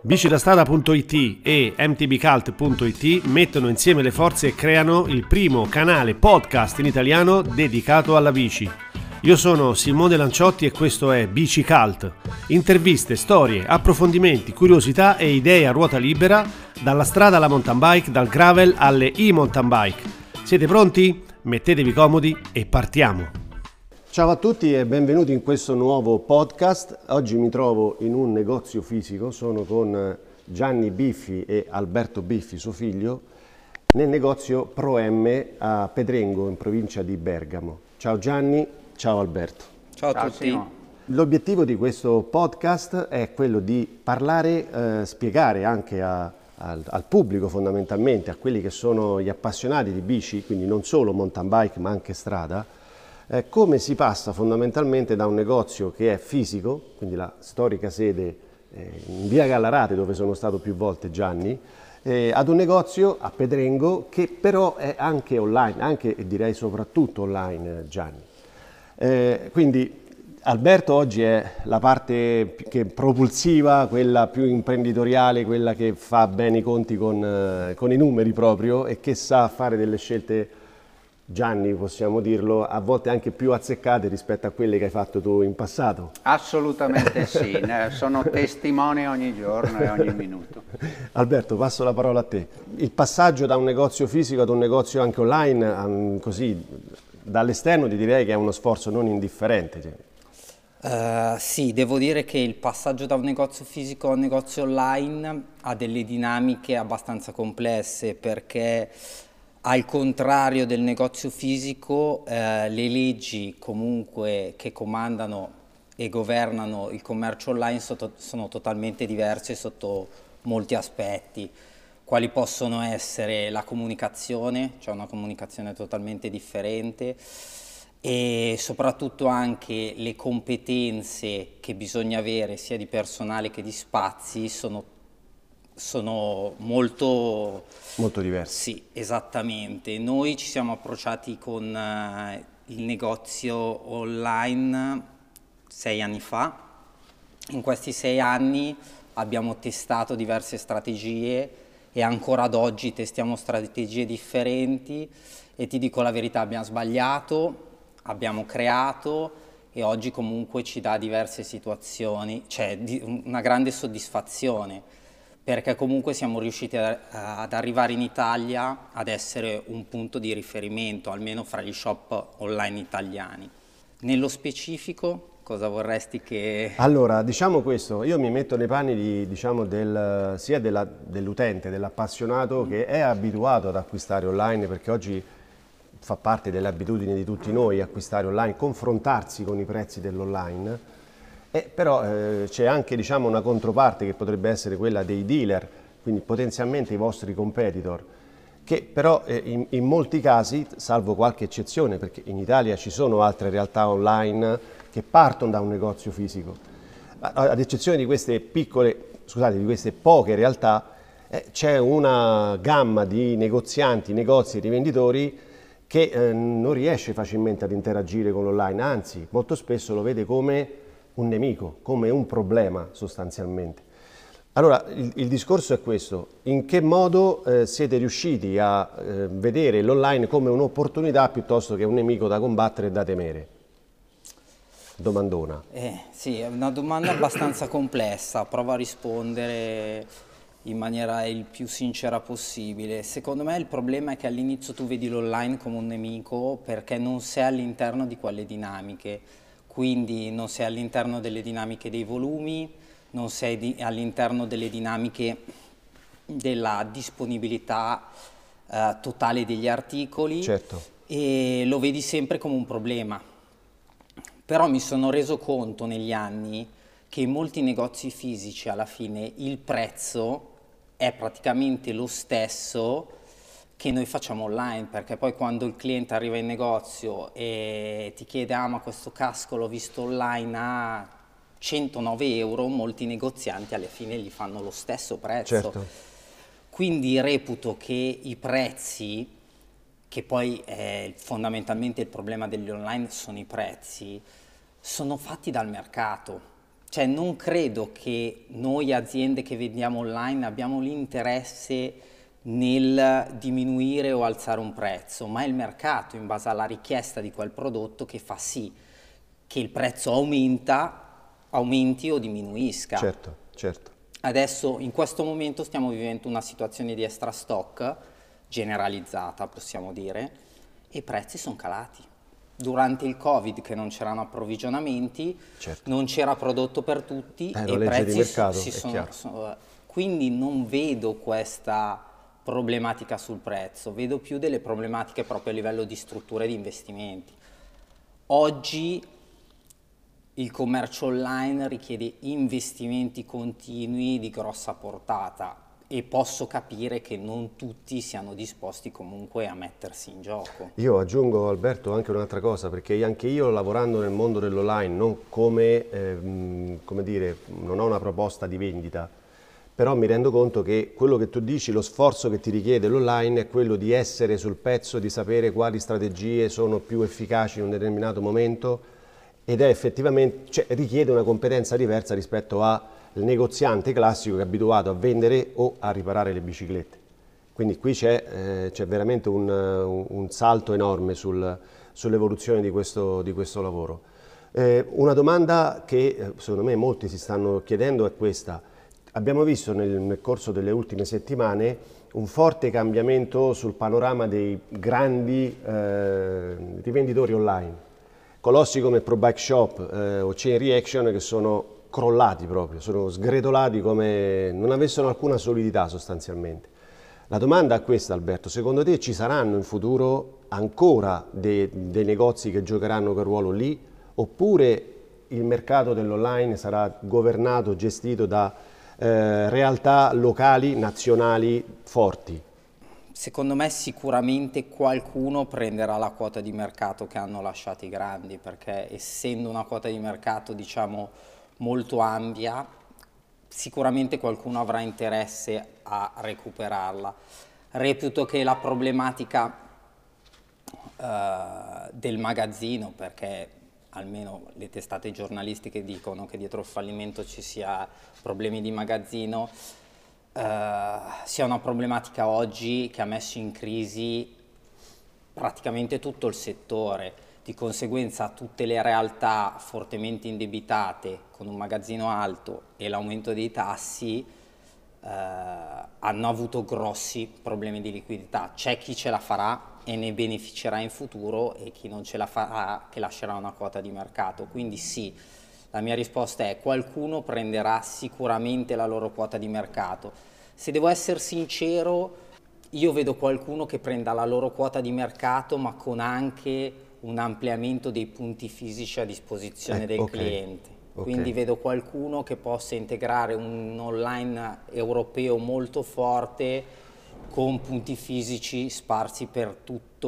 Bicidastrada.it e mtbcult.it mettono insieme le forze e creano il primo canale podcast in italiano dedicato alla bici. Io sono Simone Lanciotti e questo è Bici Cult. Interviste, storie, approfondimenti, curiosità e idee a ruota libera, dalla strada alla mountain bike, dal gravel alle e-mountain bike. Siete pronti? Mettetevi comodi e partiamo! Ciao a tutti e benvenuti in questo nuovo podcast. Oggi mi trovo in un negozio fisico, sono con Gianni Biffi e Alberto Biffi, suo figlio, nel negozio Pro M a Pedrengo, in provincia di Bergamo. Ciao Gianni, ciao Alberto. Ciao a tutti. Simo. L'obiettivo di questo podcast è quello di parlare, spiegare anche al pubblico fondamentalmente, a quelli che sono gli appassionati di bici, quindi non solo mountain bike ma anche strada, come si passa fondamentalmente da un negozio che è fisico, quindi la storica sede in via Gallarate dove sono stato più volte Gianni, ad un negozio a Pedrengo che però è anche online, anche e direi soprattutto online Gianni. Quindi Alberto oggi è la parte propulsiva, quella più imprenditoriale, quella che fa bene i conti con i numeri proprio e che sa fare delle scelte, Gianni, possiamo dirlo, a volte anche più azzeccate rispetto a quelle che hai fatto tu in passato. Assolutamente sì, sono testimone ogni giorno e ogni minuto. Alberto, passo la parola a te. Il passaggio da un negozio fisico ad un negozio anche online, così dall'esterno ti direi che è uno sforzo non indifferente. Sì, devo dire che il passaggio da un negozio fisico a un negozio online ha delle dinamiche abbastanza complesse perché al contrario del negozio fisico, le leggi comunque che comandano e governano il commercio online sono totalmente diverse sotto molti aspetti, quali possono essere la comunicazione, cioè una comunicazione totalmente differente, e soprattutto anche le competenze che bisogna avere sia di personale che di spazi sono molto diverse. Sì, esattamente. Noi ci siamo approcciati con il negozio online 6 anni fa. In questi 6 anni abbiamo testato diverse strategie e ancora ad oggi testiamo strategie differenti e ti dico la verità, abbiamo sbagliato, abbiamo creato e oggi comunque ci dà diverse situazioni, cioè una grande soddisfazione, perché comunque siamo riusciti ad arrivare in Italia ad essere un punto di riferimento, almeno fra gli shop online italiani. Nello specifico, cosa vorresti che... Allora, diciamo questo, io mi metto nei panni sia dell'utente, dell'appassionato che è abituato ad acquistare online, perché oggi fa parte delle abitudini di tutti noi acquistare online, confrontarsi con i prezzi dell'online. Però c'è anche una controparte che potrebbe essere quella dei dealer, quindi potenzialmente i vostri competitor, che però in molti casi, salvo qualche eccezione, perché in Italia ci sono altre realtà online che partono da un negozio fisico, ad eccezione di queste di queste poche realtà, c'è una gamma di negozianti, negozi e rivenditori che non riesce facilmente ad interagire con l'online, anzi molto spesso lo vede come un nemico, come un problema sostanzialmente. Allora il discorso è questo: in che modo siete riusciti a vedere l'online come un'opportunità piuttosto che un nemico da combattere e da temere? Domandona. Sì, è una domanda abbastanza complessa, provo a rispondere in maniera il più sincera possibile. Secondo me il problema è che all'inizio tu vedi l'online come un nemico perché non sei all'interno di quelle dinamiche. Quindi non sei all'interno delle dinamiche dei volumi, non sei all'interno delle dinamiche della disponibilità totale degli articoli. Certo. E lo vedi sempre come un problema. Però mi sono reso conto negli anni che in molti negozi fisici alla fine il prezzo è praticamente lo stesso che noi facciamo online, perché poi quando il cliente arriva in negozio e ti chiede ma questo casco l'ho visto online a 109 euro, molti negozianti alla fine gli fanno lo stesso prezzo. Certo. Quindi reputo che i prezzi, che poi fondamentalmente il problema degli online sono i prezzi, sono fatti dal mercato. Cioè non credo che noi aziende che vendiamo online abbiamo l'interesse nel diminuire o alzare un prezzo, ma è il mercato in base alla richiesta di quel prodotto che fa sì che il prezzo aumenti o diminuisca. Certo, certo. Adesso, in questo momento, stiamo vivendo una situazione di extra stock generalizzata, possiamo dire, e i prezzi sono calati. Durante il Covid, che non c'erano approvvigionamenti, Certo. non c'era prodotto per tutti e Una i legge di prezzi mercato, si è chiaro. quindi non vedo questa problematica sul prezzo, vedo più delle problematiche proprio a livello di strutture di investimenti. Oggi il commercio online richiede investimenti continui di grossa portata e posso capire che non tutti siano disposti comunque a mettersi in gioco. Io aggiungo, Alberto, anche un'altra cosa, perché anche io, lavorando nel mondo dell'online, non come, come dire, non ho una proposta di vendita, però mi rendo conto che quello che tu dici, lo sforzo che ti richiede l'online è quello di essere sul pezzo, di sapere quali strategie sono più efficaci in un determinato momento, ed è effettivamente, cioè, richiede una competenza diversa rispetto al negoziante classico che è abituato a vendere o a riparare le biciclette. Quindi qui c'è veramente un salto enorme sull'evoluzione di questo lavoro. Una domanda che secondo me molti si stanno chiedendo è questa. Abbiamo visto nel corso delle ultime settimane un forte cambiamento sul panorama dei grandi rivenditori online. Colossi come Pro Bike Shop o Chain Reaction che sono crollati proprio, sono sgretolati come non avessero alcuna solidità sostanzialmente. La domanda è questa, Alberto: secondo te ci saranno in futuro ancora dei negozi che giocheranno quel ruolo lì, oppure il mercato dell'online sarà governato, gestito da realtà locali, nazionali forti? Secondo me sicuramente qualcuno prenderà la quota di mercato che hanno lasciato i grandi, perché essendo una quota di mercato, diciamo, molto ampia, sicuramente qualcuno avrà interesse a recuperarla. Reputo che la problematica del magazzino, perché almeno le testate giornalistiche dicono che dietro il fallimento ci sia problemi di magazzino, sia una problematica oggi che ha messo in crisi praticamente tutto il settore. Di conseguenza tutte le realtà fortemente indebitate con un magazzino alto e l'aumento dei tassi hanno avuto grossi problemi di liquidità. C'è chi ce la farà e ne beneficerà in futuro e chi non ce la farà che lascerà una quota di mercato. Quindi sì, la mia risposta è: qualcuno prenderà sicuramente la loro quota di mercato. Se devo essere sincero, io vedo qualcuno che prenda la loro quota di mercato ma con anche un ampliamento dei punti fisici a disposizione del cliente. Quindi vedo qualcuno che possa integrare un online europeo molto forte con punti fisici sparsi per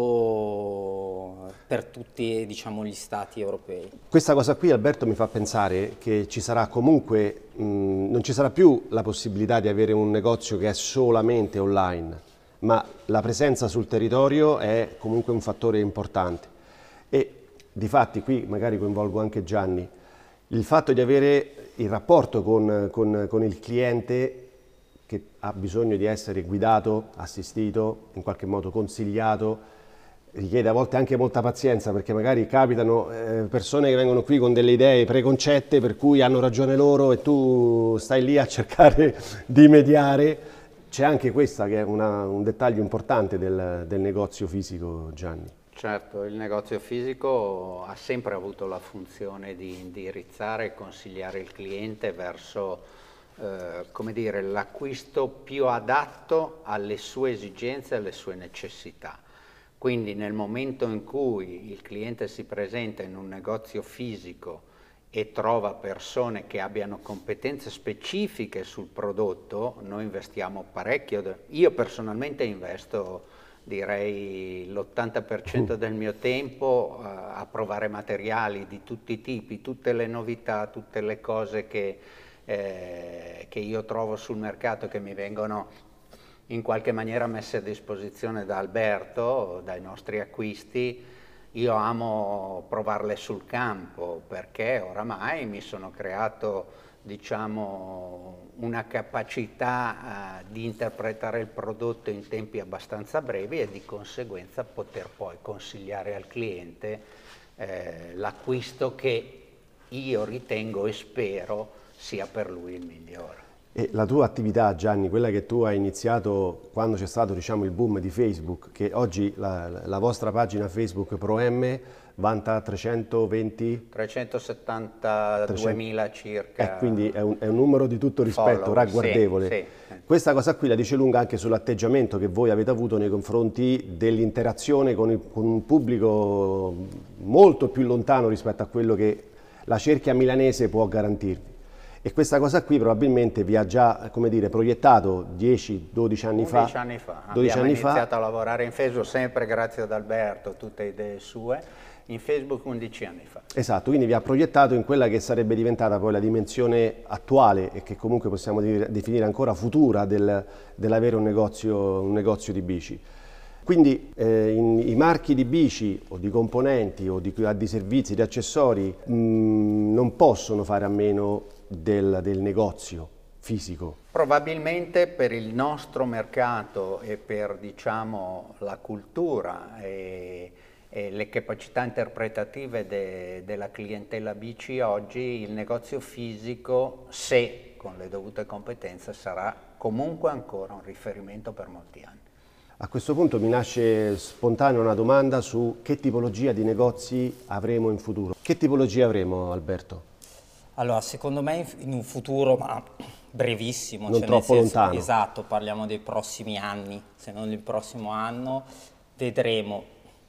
tutti, diciamo, gli stati europei. Questa cosa qui, Alberto, mi fa pensare che ci sarà comunque, non ci sarà più la possibilità di avere un negozio che è solamente online, ma la presenza sul territorio è comunque un fattore importante. E difatti qui magari coinvolgo anche Gianni, il fatto di avere il rapporto con il cliente che ha bisogno di essere guidato, assistito, in qualche modo consigliato, richiede a volte anche molta pazienza, perché magari capitano persone che vengono qui con delle idee preconcette per cui hanno ragione loro e tu stai lì a cercare di mediare. C'è anche questa che è un dettaglio importante del negozio fisico, Gianni. Certo, il negozio fisico ha sempre avuto la funzione di indirizzare e consigliare il cliente verso come dire, l'acquisto più adatto alle sue esigenze e alle sue necessità. Quindi nel momento in cui il cliente si presenta in un negozio fisico e trova persone che abbiano competenze specifiche sul prodotto, noi investiamo parecchio. Io personalmente investo, direi, l'80% del mio tempo a provare materiali di tutti i tipi, tutte le novità, tutte le cose che io trovo sul mercato, che mi vengono in qualche maniera messe a disposizione da Alberto, dai nostri acquisti. io amo provarle sul campo perché oramai mi sono creato, diciamo, una capacità di interpretare il prodotto in tempi abbastanza brevi e di conseguenza poter poi consigliare al cliente l'acquisto che io ritengo e spero sia per lui il migliore. E la tua attività, Gianni, quella che tu hai iniziato quando c'è stato, diciamo, il boom di Facebook, che oggi la vostra pagina Facebook ProM vanta 372.000 circa. Quindi è un numero di tutto rispetto, ragguardevole. Sì. Questa cosa qui la dice lunga anche sull'atteggiamento che voi avete avuto nei confronti dell'interazione con un pubblico molto più lontano rispetto a quello che la cerchia milanese può garantirvi. E questa cosa qui probabilmente vi ha già, come dire, proiettato 10-12 anni fa. 11 anni fa. Abbiamo iniziato a lavorare in Facebook sempre grazie ad Alberto, tutte idee sue, in Facebook 11 anni fa. Esatto, quindi vi ha proiettato in quella che sarebbe diventata poi la dimensione attuale e che comunque possiamo definire ancora futura dell'avere un negozio di bici. Quindi i marchi di bici o di componenti o di servizi, di accessori non possono fare a meno del negozio fisico. Probabilmente per il nostro mercato e per, diciamo, la cultura e le capacità interpretative della clientela bici oggi, il negozio fisico, se con le dovute competenze, sarà comunque ancora un riferimento per molti anni. A questo punto mi nasce spontanea una domanda su che tipologia di negozi avremo in futuro. Che tipologia avremo, Alberto? Allora, secondo me in un futuro, ma brevissimo, non troppo lontano. Esatto, parliamo dei prossimi anni, se non il prossimo anno, vedremo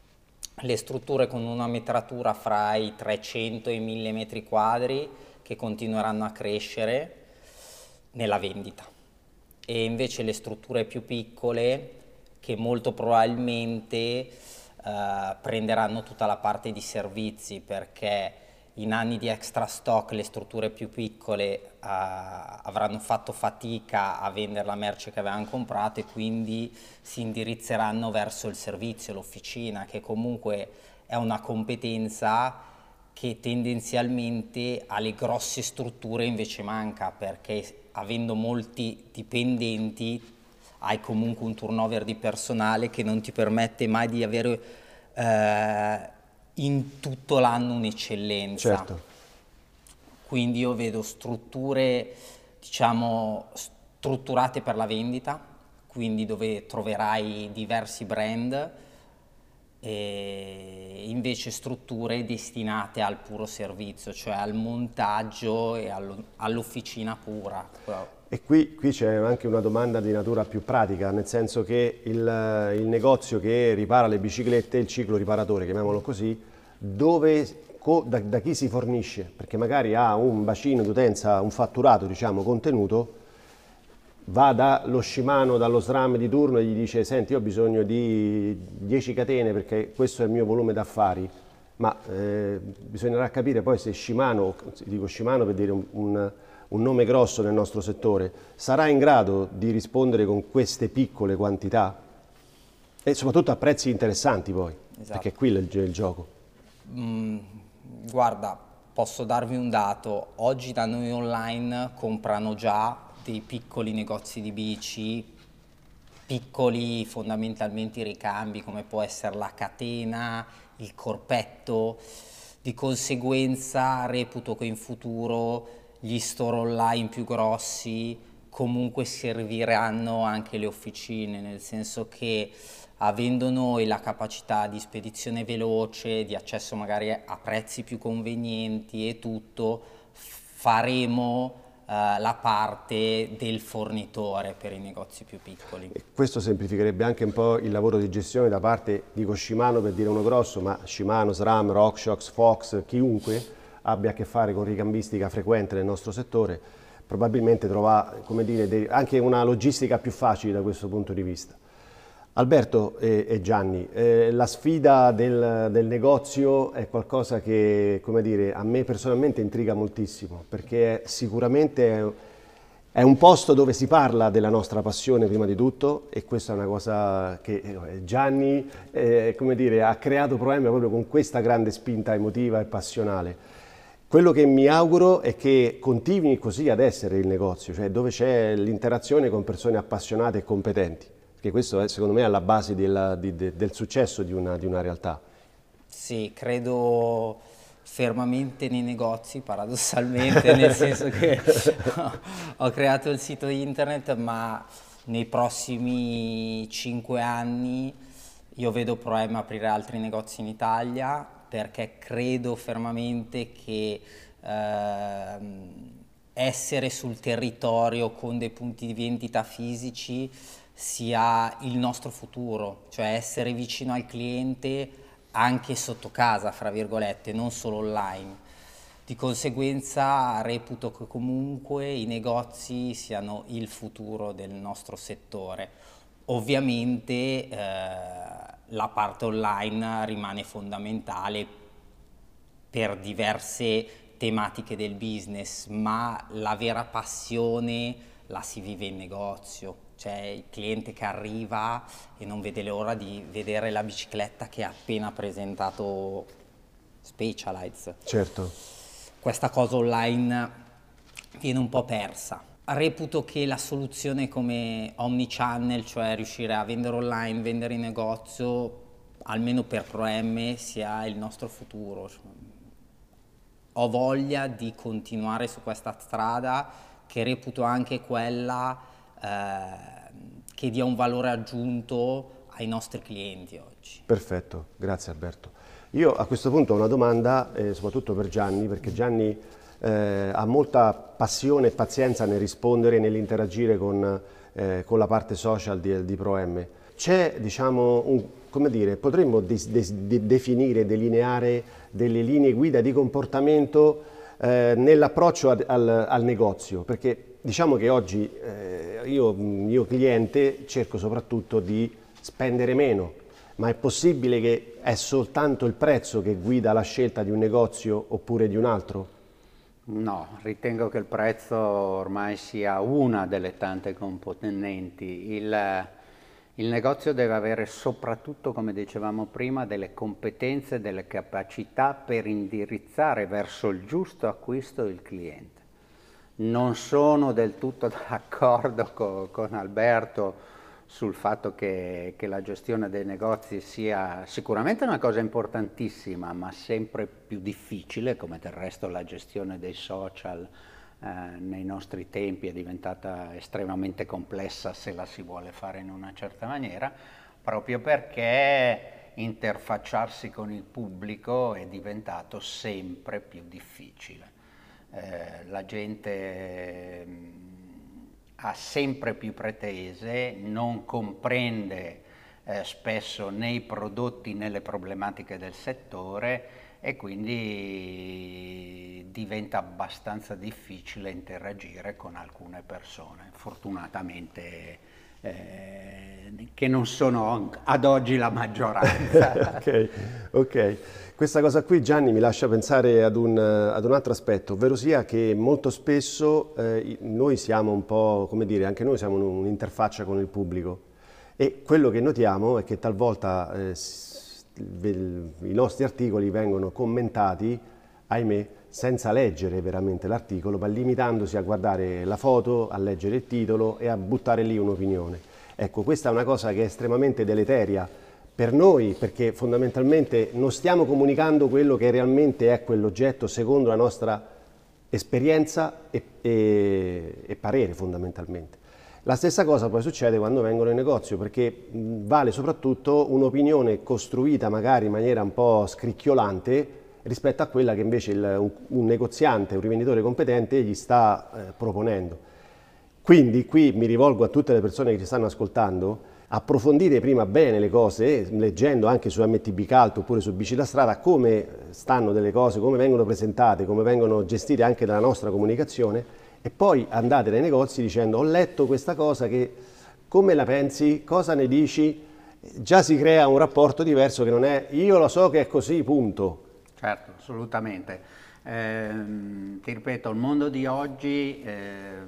le strutture con una metratura fra i 300 e i 1000 metri quadri che continueranno a crescere nella vendita, e invece le strutture più piccole che molto probabilmente prenderanno tutta la parte di servizi, perché in anni di extra stock le strutture più piccole avranno fatto fatica a vendere la merce che avevano comprato e quindi si indirizzeranno verso il servizio, l'officina, che comunque è una competenza che tendenzialmente alle grosse strutture invece manca, perché avendo molti dipendenti hai comunque un turnover di personale che non ti permette mai di avere in tutto l'anno un'eccellenza. Certo. Quindi io vedo strutture, diciamo, strutturate per la vendita, quindi dove troverai diversi brand, e invece strutture destinate al puro servizio, cioè al montaggio e all'officina pura. E qui c'è anche una domanda di natura più pratica, nel senso che il negozio che ripara le biciclette, il ciclo riparatore, chiamiamolo così, da chi si fornisce? Perché magari ha un bacino d'utenza, un fatturato, diciamo, contenuto, va dallo Shimano, dallo SRAM di turno e gli dice: senti, io ho bisogno di 10 catene perché questo è il mio volume d'affari, ma bisognerà capire poi se Shimano, dico Shimano per dire un nome grosso nel nostro settore, sarà in grado di rispondere con queste piccole quantità e soprattutto a prezzi interessanti poi, esatto. Perché qui è il gioco. Guarda, posso darvi un dato: oggi da noi online comprano già dei piccoli negozi di bici, piccoli fondamentalmente i ricambi, come può essere la catena, il corpetto. Di conseguenza reputo che in futuro gli store online più grossi comunque serviranno anche le officine, nel senso che avendo noi la capacità di spedizione veloce, di accesso magari a prezzi più convenienti e tutto, faremo la parte del fornitore per i negozi più piccoli. E questo semplificherebbe anche un po' il lavoro di gestione da parte, dico Shimano per dire uno grosso, ma Shimano, SRAM, RockShox, Fox, chiunque abbia a che fare con ricambistica frequente nel nostro settore, probabilmente trova, come dire, anche una logistica più facile da questo punto di vista. Alberto e Gianni, la sfida del negozio è qualcosa che, come dire, a me personalmente intriga moltissimo, perché sicuramente è È un posto dove si parla della nostra passione prima di tutto, e questa è una cosa che Gianni come dire, ha creato Proem proprio con questa grande spinta emotiva e passionale. Quello che mi auguro è che continui così ad essere il negozio, cioè dove c'è l'interazione con persone appassionate e competenti, perché questo è secondo me alla base del successo di una realtà. Sì, credo fermamente nei negozi, paradossalmente, nel senso che ho creato il sito internet, ma nei prossimi 5 anni io vedo Proem aprire altri negozi in Italia, perché credo fermamente che essere sul territorio con dei punti di vendita fisici sia il nostro futuro, cioè essere vicino al cliente anche sotto casa, fra virgolette, non solo online. Di conseguenza reputo che comunque i negozi siano il futuro del nostro settore. Ovviamente la parte online rimane fondamentale per diverse tematiche del business, ma la vera passione la si vive in negozio. C'è il cliente che arriva e non vede l'ora di vedere la bicicletta che ha appena presentato Specialized. Certo. Questa cosa online viene un po' persa. Reputo che la soluzione come omnichannel, cioè riuscire a vendere online, vendere in negozio, almeno per Proem, sia il nostro futuro. Ho voglia di continuare su questa strada, che reputo anche quella che dia un valore aggiunto ai nostri clienti oggi. Perfetto, grazie Alberto. Io a questo punto ho una domanda, soprattutto per Gianni, perché Gianni ha molta passione e pazienza nel rispondere e nell'interagire con la parte social di Proem. C'è, diciamo, come dire, potremmo definire, delineare delle linee guida di comportamento nell'approccio al negozio, perché diciamo che oggi io, mio cliente, cerco soprattutto di spendere meno, ma è possibile che è soltanto il prezzo che guida la scelta di un negozio oppure di un altro? No, ritengo che il prezzo ormai sia una delle tante componenti. Il negozio deve avere soprattutto, come dicevamo prima, delle competenze, delle capacità per indirizzare verso il giusto acquisto il cliente. Non sono del tutto d'accordo con Alberto sul fatto che la gestione dei negozi sia sicuramente una cosa importantissima, ma sempre più difficile, come del resto la gestione dei social nei nostri tempi è diventata estremamente complessa se la si vuole fare in una certa maniera, proprio perché interfacciarsi con il pubblico è diventato sempre più difficile. La gente ha sempre più pretese, non comprende spesso né i prodotti né le problematiche del settore, e quindi diventa abbastanza difficile interagire con alcune persone, fortunatamente che non sono ad oggi la maggioranza. Ok. Questa cosa qui, Gianni, mi lascia pensare ad un altro aspetto, ovvero sia che molto spesso noi siamo un po', come dire, anche noi siamo un'interfaccia con il pubblico, e quello che notiamo è che talvolta i nostri articoli vengono commentati, ahimè, senza leggere veramente l'articolo, ma limitandosi a guardare la foto, a leggere il titolo e a buttare lì un'opinione. Ecco, questa è una cosa che è estremamente deleteria per noi, perché fondamentalmente non stiamo comunicando quello che realmente è quell'oggetto secondo la nostra esperienza e parere, fondamentalmente. La stessa cosa poi succede quando vengono in negozio, perché vale soprattutto un'opinione costruita magari in maniera un po' scricchiolante rispetto a quella che invece un negoziante, un rivenditore competente gli sta proponendo. Quindi qui mi rivolgo a tutte le persone che ci stanno ascoltando: approfondite prima bene le cose, leggendo anche su MTB Cult oppure su Bici da Strada come stanno delle cose, come vengono presentate, come vengono gestite anche dalla nostra comunicazione, e poi andate nei negozi dicendo: ho letto questa cosa, che come la pensi, cosa ne dici? Già si crea un rapporto diverso che non è io lo so che è così, punto. Certo, assolutamente. Ti ripeto, il mondo di oggi è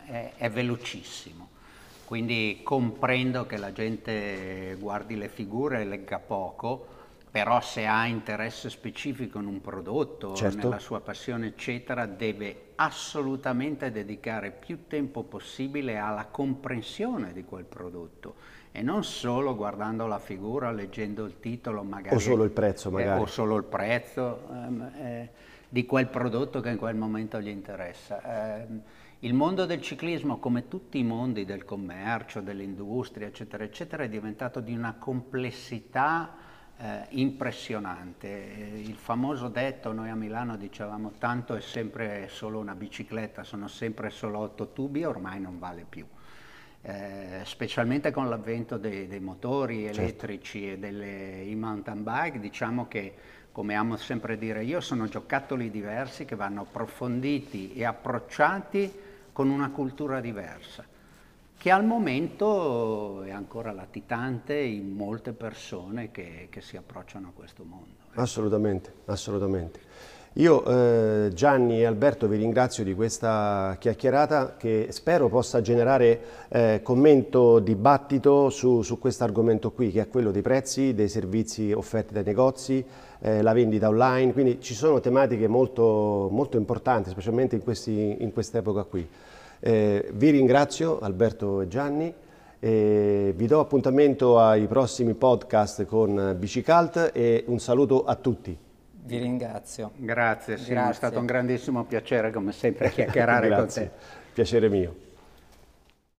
è velocissimo. Quindi comprendo che la gente guardi le figure e legga poco, però se ha interesse specifico in un prodotto, certo, nella sua passione eccetera, deve assolutamente dedicare più tempo possibile alla comprensione di quel prodotto e non solo guardando la figura, leggendo il titolo magari, o solo il prezzo magari, o solo il prezzo di quel prodotto che in quel momento gli interessa. Il mondo del ciclismo, come tutti i mondi del commercio, dell'industria, eccetera, eccetera, è diventato di una complessità impressionante. Il famoso detto, noi a Milano dicevamo tanto è sempre solo una bicicletta, sono sempre solo 8 tubi, ormai non vale più. Specialmente con l'avvento dei motori elettrici, certo, e delle mountain bike, diciamo che, come amo sempre dire io, sono giocattoli diversi che vanno approfonditi e approcciati con una cultura diversa, che al momento è ancora latitante in molte persone che si approcciano a questo mondo. Assolutamente, assolutamente. Io Gianni e Alberto vi ringrazio di questa chiacchierata che spero possa generare commento, dibattito su questo argomento qui, che è quello dei prezzi, dei servizi offerti dai negozi, la vendita online, quindi ci sono tematiche molto, molto importanti, specialmente in quest'epoca qui. Vi ringrazio Alberto e Gianni, vi do appuntamento ai prossimi podcast con Bicicult e un saluto a tutti. Vi ringrazio. Grazie, sì, è stato un grandissimo piacere come sempre chiacchierare con te. Piacere mio.